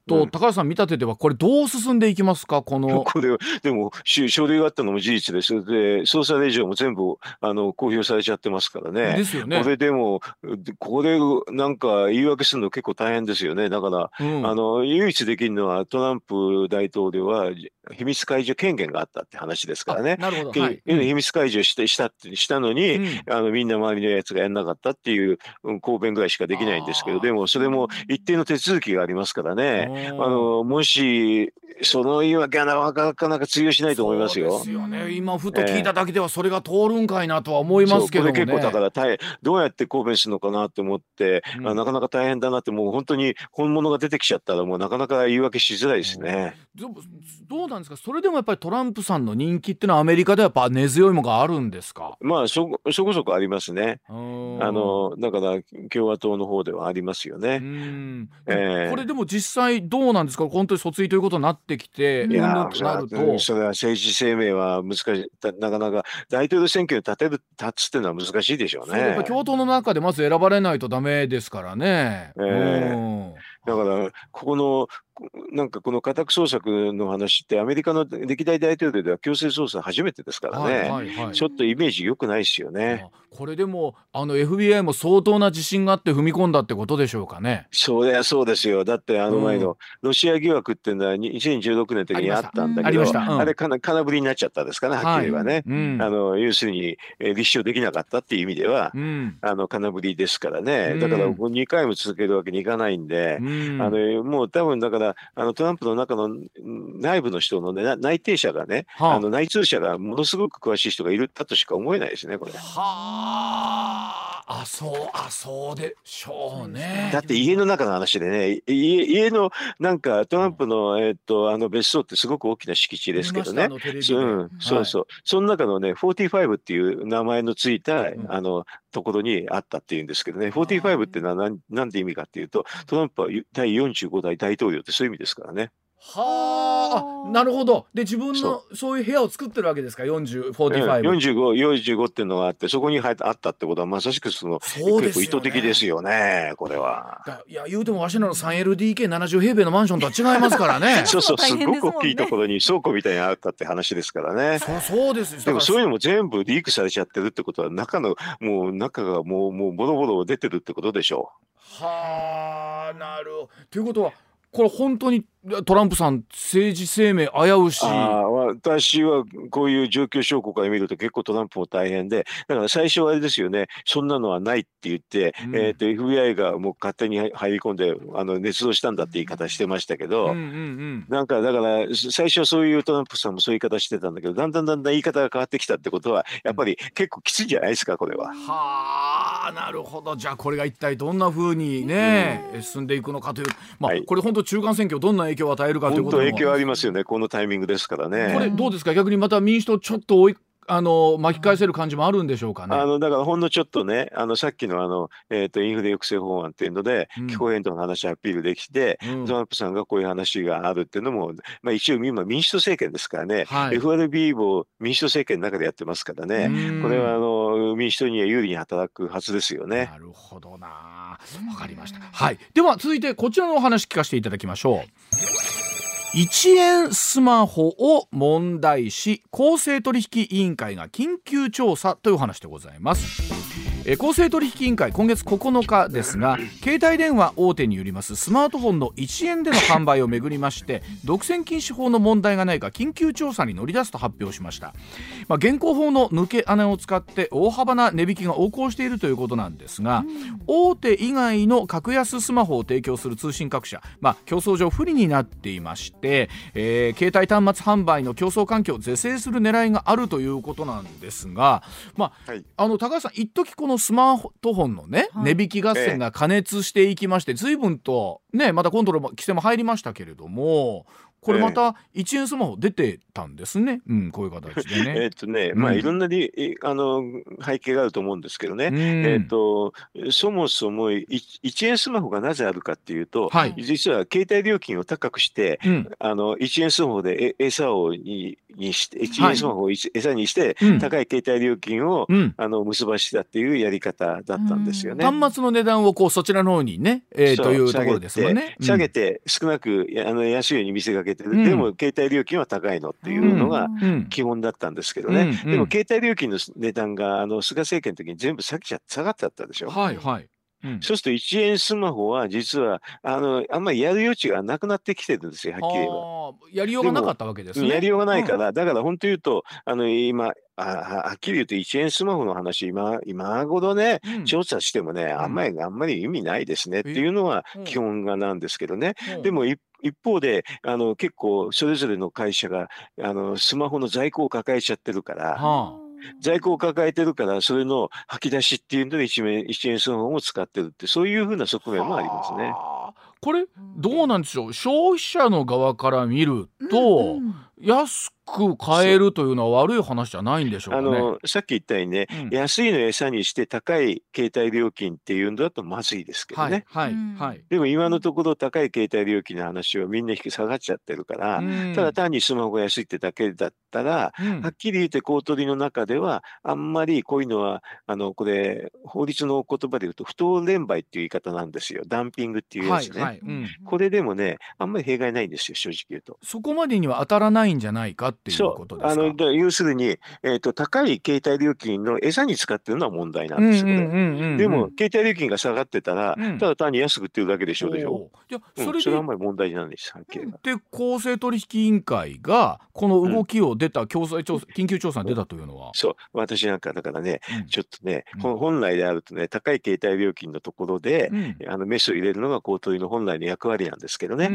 と、うん、高橋さん見立てではこれどう進んでいきますか、このこれでも書類があったのも事実です。で捜査令状も全部あの公表されちゃってますからね。 ですよね。 これでもここでなんか言い訳するの結構大変ですよね。だから、うん、あの唯一できるのはトランプ大統領は秘密解除権限があったって話ですからね。 なるほど、はい、 うん、秘密解除してしたってしたのに、うん、あのみんな周りのやつがやんなかったっていう抗弁ぐらいしかできないんですけど、でもそれも一定の手続きがありますからね。あのもしその言い訳はなかなか通用しないと思いますよ。 そうですよね。今ふと聞いただけではそれが通るんかいなとは思いますけどもね。 これ結構だから大変どうやって抗弁するのかなって思って、うん、なかなか大変だなって、もう本当に本物が出てきちゃったらもうなかなか言い訳しづらいですね。 うん、どうなんですか。それでもやっぱりトランプさんの人気っていうのはアメリカではやっぱ根強いものがあるんですか。 まあそ、そこそこありますね。あのだから共和党の方ではありますよね。うん、 えー、これでも実際どうなんですか。本当に訴追ということになってきて、 いやとなるとそれは政治生命は難しい。なかなか大統領選挙に立てる立つっていうのは難しいでしょうね。 やっぱ共和党の中でまず選ばれないとダメですからね。えー、 だからここのなんかこの家宅捜索の話ってアメリカの歴代大統領では強制捜査初めてですからね、はいはいはい、ちょっとイメージ良くないですよね。 これでもあの エフビーアイ も相当な自信があって踏み込んだってことでしょうかね。 そりゃそうですよ。だってあの前のロシア疑惑っていうのはにせんじゅうろくねんの時にあったんだけど、 あ, あ, うん、あれかな金振りになっちゃったですかね、はっきり言えばね、はい、うん、あの要するに、えー、立証できなかったっていう意味では、うん、あの金振りですからね、うん、だからにかいも続けるわけにいかないんで、うん、あのもう多分だからあのトランプの中の内部の人の、ね、内定者がね、はあ、あの内通者がものすごく詳しい人がいるだとしか思えないですね、これ。はあ、あそうあそうでしょうね。 だって家の中の話でね、家, 家のなんかトランプの、えー、っとあの別荘ってすごく大きな敷地ですけどね、うん、そうそう、はい、その中のねよんじゅうごっていう名前のついた、うん、あのところにあったっていうんですけどね、よんじゅうごっていうのは何、何て意味かっていうと、トランプは第よんじゅうご代大統領ってそういう意味ですからね。 はあ、なるほど。で自分のそういう部屋を作ってるわけですか。よんじゅう、よんじゅうご、 よんじゅうご、よんじゅうごっていうのがあって、そこにあったってことはまさしくそのそうですよね、結構意図的ですよね、これは。 いや言うてもわしらの スリーエルディーケーななじゅう 平米のマンションとは違いますからね。 そうそう、すごく大きいところに倉庫みたいにあったって話ですからね。 そうそうです。 でもそういうのも全部リークされちゃってるってことは、中のもう中がもうもうボロボロ出てるってことでしょう。はあ、なるほど。ということはこれ本当にトランプさん政治生命危うし。 あ、私はこういう状況証拠から見ると結構トランプも大変で、だから最初はあれですよね、そんなのはないって言って、うん、えー、と エフビーアイ がもう勝手に入り込んであの捏造したんだって言い方してましたけど、うんうんうん、なんかだから最初はそういうトランプさんもそういう言い方してたんだけど、だんだんだんだん言い方が変わってきたってことはやっぱり結構きついんじゃないですか、これは。 はあ、なるほど。じゃあこれが一体どんな風にね、うん、進んでいくのかという、まあ、はい、これ本当中間選挙どんな影響を与えるかということも本当影響ありますよね、このタイミングですからね。 これどうですか、逆にまた民主党ちょっと追いあの巻き返せる感じもあるんでしょうかね。 あのだからほんのちょっとね、あのさっきのあの、えー、とインフレ抑制法案っていうので、うん、気候変動の話アピールできて、うん、トランプさんがこういう話があるっていうのも、まあ、一応今民主党政権ですからね、はい、エフアールビー も民主党政権の中でやってますからね、これはあの民主党には有利に働くはずですよね。 なるほどな、わかりました。はい、では続いてこちらのお話聞かせていただきましょう。いちえんスマホを問題視、公正取引委員会が緊急調査という話でございます。え公正取引委員会今月ここのかですが、携帯電話大手によりますスマートフォンのいちえんでの販売をめぐりまして、独占禁止法の問題がないか緊急調査に乗り出すと発表しました。まあ、現行法の抜け穴を使って大幅な値引きが横行しているということなんですが、大手以外の格安スマホを提供する通信各社、まあ、競争上不利になっていまして、えー、携帯端末販売の競争環境を是正する狙いがあるということなんですが、まあはい、あの高橋さん、一時このスマートフォンのね、はい、値引き合戦が過熱していきまして、随分とね、また今度の規制も入りましたけれども、 これまたいちえんスマホ出てたんですね、うん、こういう形でね。 えっとね、まあいろんなり、うん、あの背景があると思うんですけどね、うん、えっとそもそもいちえんスマホがなぜあるかっていうと、はい、実は携帯料金を高くして、うん、あのいちえんスマホで餌をににしていちえんスマホを餌にして、はい、高い携帯料金を、うん、あの結ばしたっていうやり方だったんですよね。 端末の値段をこうそちらの方にね、えー、というところですもんね。 下げて少なくあの安いように見せかけて、うん、でも携帯料金は高いのっていうのが基本だったんですけどね、うんうん、でも携帯料金の値段があの菅政権の時に全部下げちゃ下がっちゃったでしょ。 はいはい、うん、そうするといちえんスマホは実はあのあんまりやる余地がなくなってきてるんですよ、はっきり言えば。 やりようがなかったわけですね。 やりようがないから、うん、だから本当言うとあの今あはっきり言うといちえんスマホの話今今頃ね、うん、調査してもね、あんまり、うん、あんまり意味ないですねっていうのは基本がなんですけどね、うん、でも一一方であの結構それぞれの会社があのスマホの在庫を抱えちゃってるから、はあ、在庫を抱えてるからそれの吐き出しっていうのでいちえんスマホも使ってるってそういうふうな側面もありますね。 はあ、これどうなんでしょう、消費者の側から見ると、うんうん、安く買えるというのは悪い話じゃないんでしょうかね。 あのさっき言ったようにね、うん、安いの餌にして高い携帯料金っていうんだとまずいですけどね、 はいはいはい、 でも今のところ高い携帯料金の話をみんな引き下がっちゃってるから、うん、ただ単にスマホが安いってだけだったら、うん、はっきり言って公取の中ではあんまりこういうのはあのこれ法律の言葉で言うと不当廉売っていう言い方なんですよ。ダンピングっていうやつね、はいはい、うん、これでもねあんまり弊害ないんですよ、正直言うと。 そこまでには当たらないんじゃないかっていうことですか。 そう、あの要するに、えーと、高い携帯料金の餌に使ってるのは問題なんですよ、これ。でも携帯料金が下がってたら、うん、ただ単に安く売ってるだけでしょうでしょ。いやそれで、うん、それはあんまり問題なんです。 で公正取引委員会がこの動きを出た、うん、強制調査緊急調査に出たというのは、 そう私なんかだからね、うん、ちょっとね、うん、本来であるとね高い携帯料金のところで、うん、あのメスを入れるのが公取の本来の役割なんですけどね、うんうん、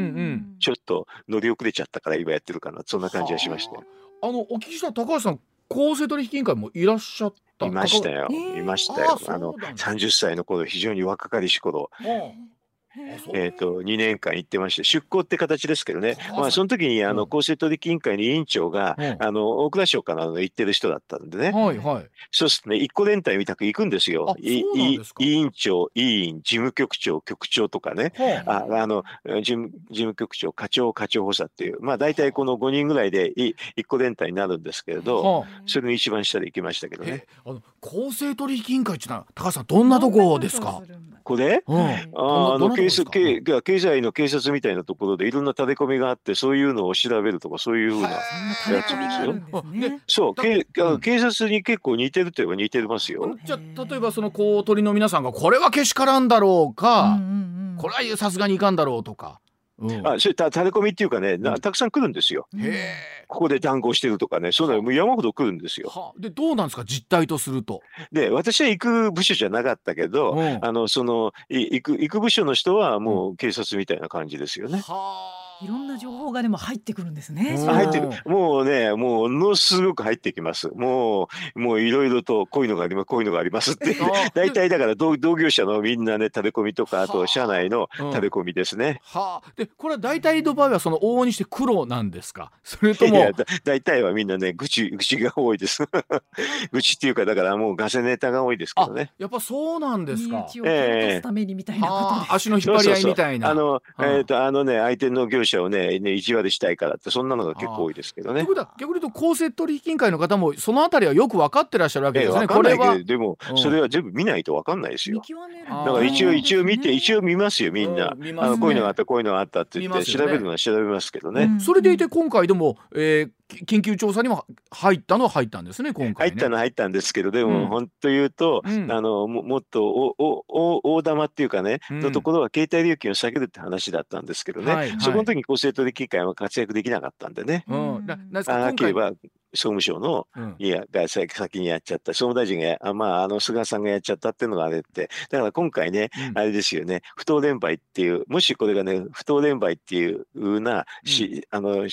ちょっと乗り遅れちゃったから今やってるかな、そんな感じがしましたよ。 あのお聞きした高橋さん、公正取引委員会もいらっしゃったいましたよ、いましたよ。あのさんじゅっさいの頃、非常に若かりし頃、えー、とにねんかん行ってまして、出向って形ですけどね、まあ、その時にあの公正取引委員会の委員長が、うん、あの大蔵省からの行ってる人だったんでね、はいはい、そうするとね一個連隊みたく行くんですよ。委員長、委員、事務局長、局長とかね、ああの事務、事務局長、課長、課長補佐っていう、まあ大体このごにんぐらいで一個連隊になるんですけれど、それの一番下で行きましたけどね。 あの公正取引委員会っていうのは高橋さんどんなところですか。 これ、うん、あの警察、経経済の警察みたいなところでいろんなタレコミがあって、そういうのを調べるとか、そういうふうなやつですよ。でそう警、うん、警察に結構似てるといえば似てますよ。 じゃあ例えばその公取の皆さんがこれはけしからんだろうか、うんうんうん、これはさすがにいかんだろうとか、 うん、あそれたタレコミっていうかね、たくさん来るんですよ。へここで談合してるとかね、そういうのもう山ほど来るんですよ。 はでどうなんですか、実態とすると。 で私は行く部署じゃなかったけど、うん、あのその行く行く部署の人はもう警察みたいな感じですよね。 はあ、いろんな情報がでも入ってくるんですね。 入ってる、もうね、もうものすごく入ってきます。もうもういろいろとこういうのがあります、こういうのがありますって大体だから同業者のみんなねタレコミとか、あと社内のタレコミですね。 はあ、でこれは大体の場合はその往々にして黒なんですか、それとも。 いやだ大体はみんなね愚痴愚痴が多いです愚痴っていうかだからもうガセネタが多いですけどね。 やっぱそうなんですか。 身内を落とすためにみたいなことです、 えー、足の引っ張り合いみたいな。 あの、えー、とあのね相手の業者をねね意地悪したいからってそんなのが結構多いですけどね。 ということは逆に言うと公正取引委員会の方もそのあたりはよく分かってらっしゃるわけですね。 えー、分かんないけどこれはでもそれは全部見ないと分かんないですよ。だから一応一応見て一応見ますよみんな、うんね、あのこういうのがあったこういうのがあったって言って、ね、調べるのは調べますけどね、うん、 それでいて今回でも、えー緊急調査にも入ったのは入ったんですね、今回ね。 入ったのは入ったんですけど、でも、うん、本当言うと、うん、あの も, もっとおおお大玉っていうかね、うん、のところは携帯料金を下げるって話だったんですけどね、はいはい、そこの時に公正取引委員会は活躍できなかったんでね、うん、ななあなければ総務省の、うん、いやが先にやっちゃった、総務大臣があ、まあ、あの菅さんがやっちゃったっていうのがあれって、だから今回ね、うん、あれですよね、不当廉売っていう、もしこれがね不当廉売っていうなし、うん、あの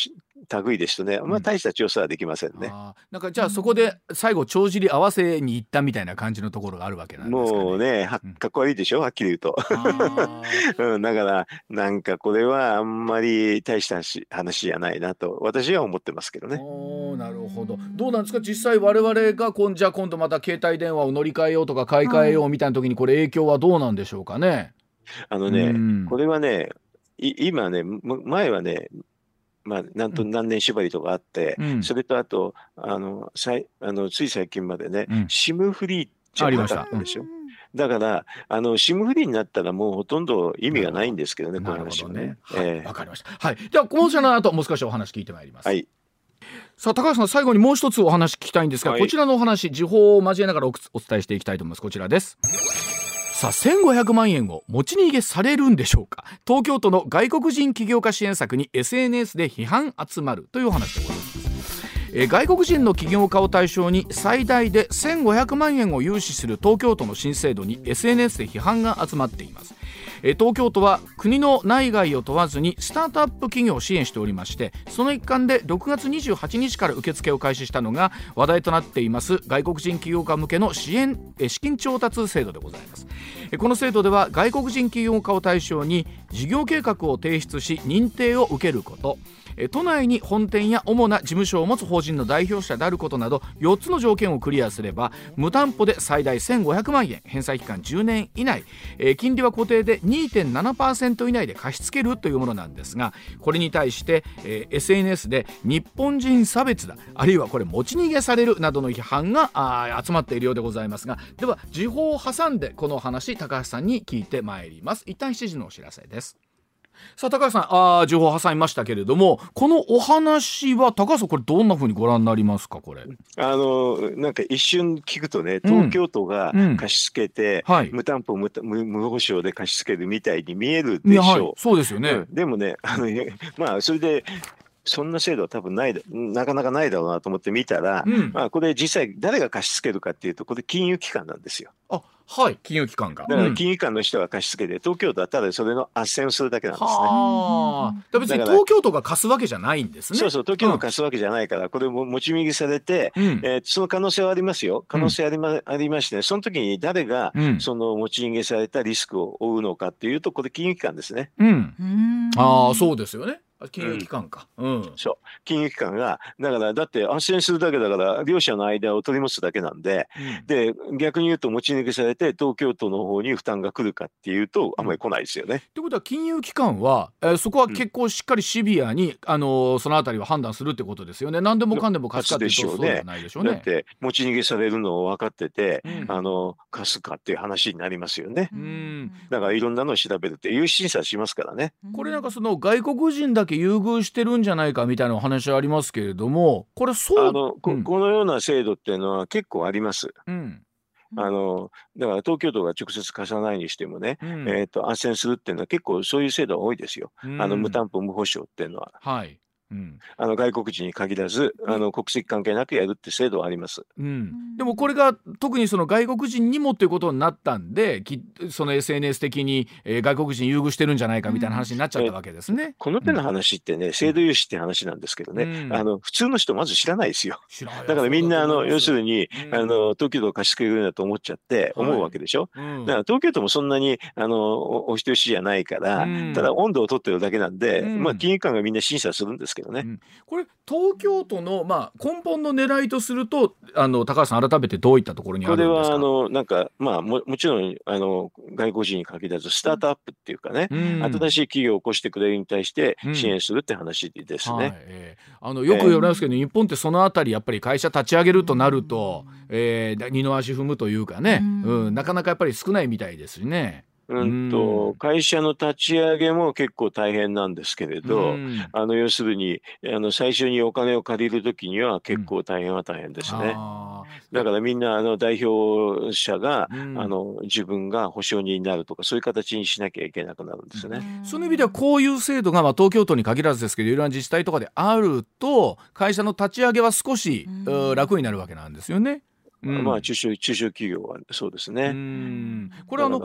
類ですとね、まあ、大した調査はできませんね。 うん、あなんかじゃあそこで最後帳尻合わせに行ったみたいな感じのところがあるわけなんですかね。 もうね、はかっこ悪いでしょ、はっきり言うと。うん、だからなんかこれはあんまり大した話じゃないなと私は思ってますけどね。 おなるほど。どうなんですか実際我々が今じゃあ今度また携帯電話を乗り換えようとか買い替えようみたいな時にこれ影響はどうなんでしょうかね。 あのね、 うん、 これはねい今ね前はねまあ、なんと何年縛りとかあって、うん、それとあとあのさいあのつい最近までね、うん、シムフリーじゃなかったんでしょ。だからあのシムフリーになったらもうほとんど意味がないんですけどね、この話はね。 はい、えー、わかりました。はい、ではこちらの後もう少しお話聞いてまいります。 はい。 さあ高橋さん、最後にもう一つお話聞きたいんですが、はい、こちらのお話時報を交えながら お, お伝えしていきたいと思います。こちらです。さあせんごひゃくまんえんを持ち逃げされるんでしょうか。東京都の外国人起業家支援策に エスエヌエス で批判集まるというお話でございます。えー、外国人の起業家を対象に最大でせんごひゃくまんえんを融資する東京都の新制度に エスエヌエス で批判が集まっています。えー、東京都は国の内外を問わずにスタートアップ企業を支援しておりまして、その一環でろくがつにじゅうはちにちから受付を開始したのが話題となっています外国人起業家向けの支援、えー、資金調達制度でございます。えー、この制度では外国人起業家を対象に事業計画を提出し認定を受けること、都内に本店や主な事務所を持つ法人の代表者であることなどよっつの条件をクリアすれば無担保で最大せんごひゃくまんえん、返済期間じゅうねん以内、えー、金利は固定で にてんななパーセント 以内で貸し付けるというものなんですが、これに対して、えー、エスエヌエス で日本人差別だ、あるいはこれ持ち逃げされるなどの批判があ集まっているようでございますが、では時報を挟んでこのお話高橋さんに聞いてまいります。一旦しちじのお知らせです。さあ高橋さん、あ情報を挟みましたけれども、このお話は高橋さんこれどんな風にご覧になりますか。これあのなんか一瞬聞くとね、東京都が貸し付けて、うんうんはい、無担保 無, 無, 無保証で貸し付けるみたいに見えるでしょう、はい、 そうですよね、 うん、でもねあのまあそれでそんな制度は多分ないなかなかないだろうなと思って見たら、うんまあ、これ実際誰が貸し付けるかっていうとこれ金融機関なんですよ。 あはい、金融機関がだから金融機関の人が貸し付けて、東京都はただそれの斡旋をするだけなんですね。 はあ、別に東京都が貸すわけじゃないんですね。 そうそう、東京都が貸すわけじゃないから、これも持ち逃げされて、うんえー、その可能性はありますよ。可能性ありま、うん、ありましてね、その時に誰がその持ち逃げされたリスクを負うのかっていうと、これ金融機関ですね。 うん、ああそうですよね。金融機関か、うんうん、 そう金融機関がだからだって斡旋するだけだから両者の間を取り持つだけなんで、うん、で逆に言うと持ち逃げされて東京都の方に負担が来るかっていうとあんまり来ないですよね。 と、うん、いうことは金融機関は、えー、そこは結構しっかりシビアに、うん、あのー、そのあたりは判断するってことですよね。何でもかんでも貸すかっていうとそうではないでしょうね。 だって持ち逃げされるのを分かってて、うん、あの貸すかっていう話になりますよね。うん、だからいろんなのを調べるっていう審査しますからね。 これなんかその外国人だけ優遇してるんじゃないかみたいなお話ありますけれども、これそうあの こ,、うん、このような制度っていうのは結構あります。うんあのだから東京都が直接貸さないにしてもね、うん、えーと、斡旋するっていうのは結構そういう制度が多いですよ、うん、あの無担保無保証っていうのは。はいうん、あの外国人に限らずあの国籍関係なくやるって制度はあります、 うん、でもこれが特にその外国人にもということになったんできその エスエヌエス 的に、えー、外国人優遇してるんじゃないかみたいな話になっちゃったわけですね、うん、 この手の話ってね、うん、制度融資って話なんですけどね、うん、あの普通の人まず知らないですよ。だからみんなあの要するに、うん、あの東京都を貸し付けるんだと思っちゃって思うわけでしょ、はいうん、だから東京都もそんなにあの お, お人よしじゃないから、うん、ただ温度を取ってるだけなんで、うんまあ、金融機関がみんな審査するんですけどね、うんこれ東京都の、まあ、根本の狙いとするとあの高橋さん改めてどういったところにあるんですか。 これはあのなんか、まあ、も, もちろんあの外国人に限らずスタートアップっていうかね、うん、新しい企業を起こしてくれるに対して支援するって話ですね、うんはいえー、あのよく言われますけど、えー、日本ってそのあたりやっぱり会社立ち上げるとなると、えー、二の足踏むというかね、うんうん、なかなかやっぱり少ないみたいですね。 うんと会社の立ち上げも結構大変なんですけれど、あの要するにあの最初にお金を借りるときには結構大変は大変ですね、うん、だからみんなあの代表者が、うん、あの自分が保証人になるとかそういう形にしなきゃいけなくなるんですね、 うん、その意味ではこういう制度が、まあ、東京都に限らずですけどいろんな自治体とかであると会社の立ち上げは少し、うん、楽になるわけなんですよね。 うん、まあ中小、中小企業はそうですね。うんこれはあの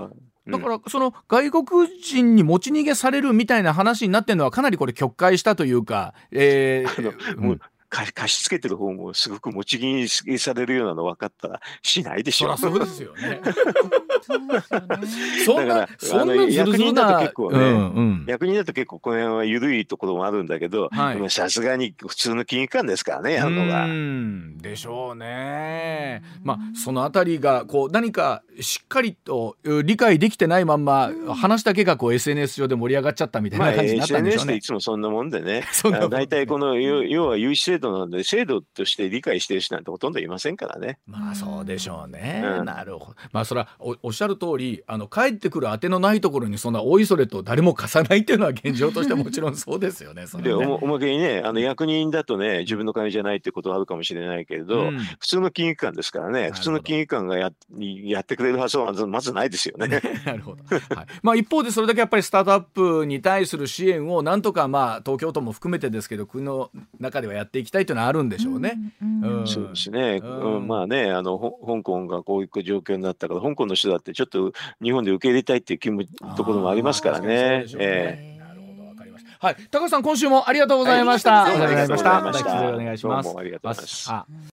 だからその外国人に持ち逃げされるみたいな話になってるのはかなりこれ曲解したというか、えーあのもう貸し付けてる方もすごく持ち逃げされるようなの分かったらしないでしょ。 そりゃそうですよね。 そうですよね。 そんなだからそんなずるずるな役人だと結構ね、 うんうん役人だと結構この辺は緩いところもあるんだけど、 はいさすがに普通の金融機関ですからね、やるのが。 うーんでしょうね。まあそのあたりがこう何かしっかりと理解できてないまんま話だけがこう エスエヌエス 上で盛り上がっちゃったみたいまあ、 な感じになったんでしょエスエヌエスうね。 っていつもそんなもんでね、 そんなもんで大体この要要は融資制度なので制度として理解してる人なんてほとんどいませんからね。 まあそうでしょうね、 うんなるほど。まあそれは お, おっしゃる通りあの帰ってくる当てのないところにそんなおいそれと誰も貸さないっていうのは現状としてもちろんそうですよね。そでれねおもおまけにね、あの役人だとね、自分の金じゃないってことはあるかもしれないけれど、 うん普通の金融機関ですからね、普通の金融機関が や, やってくれるはずはまずまずないですよね。 なるほど、はい。まあ一方でそれだけやっぱりスタートアップに対する支援をなんとかまあ東京都も含めてですけど国の中ではやっていきたいというのはあるんでしょうね。 うんうんうんそうですね、 うんうんまあね、あのほ香港がこういう状況になったから、香港の人だってちょっと日本で受け入れたいっていう気もところもありますからね。 あーそうでしょうねええなるほどわかりました。はい、高橋さん今週もありがとうございました。 はいお世話になりました。 ありがとうございましたまた引き続きお願いします。 どうもありがとうございます。 あ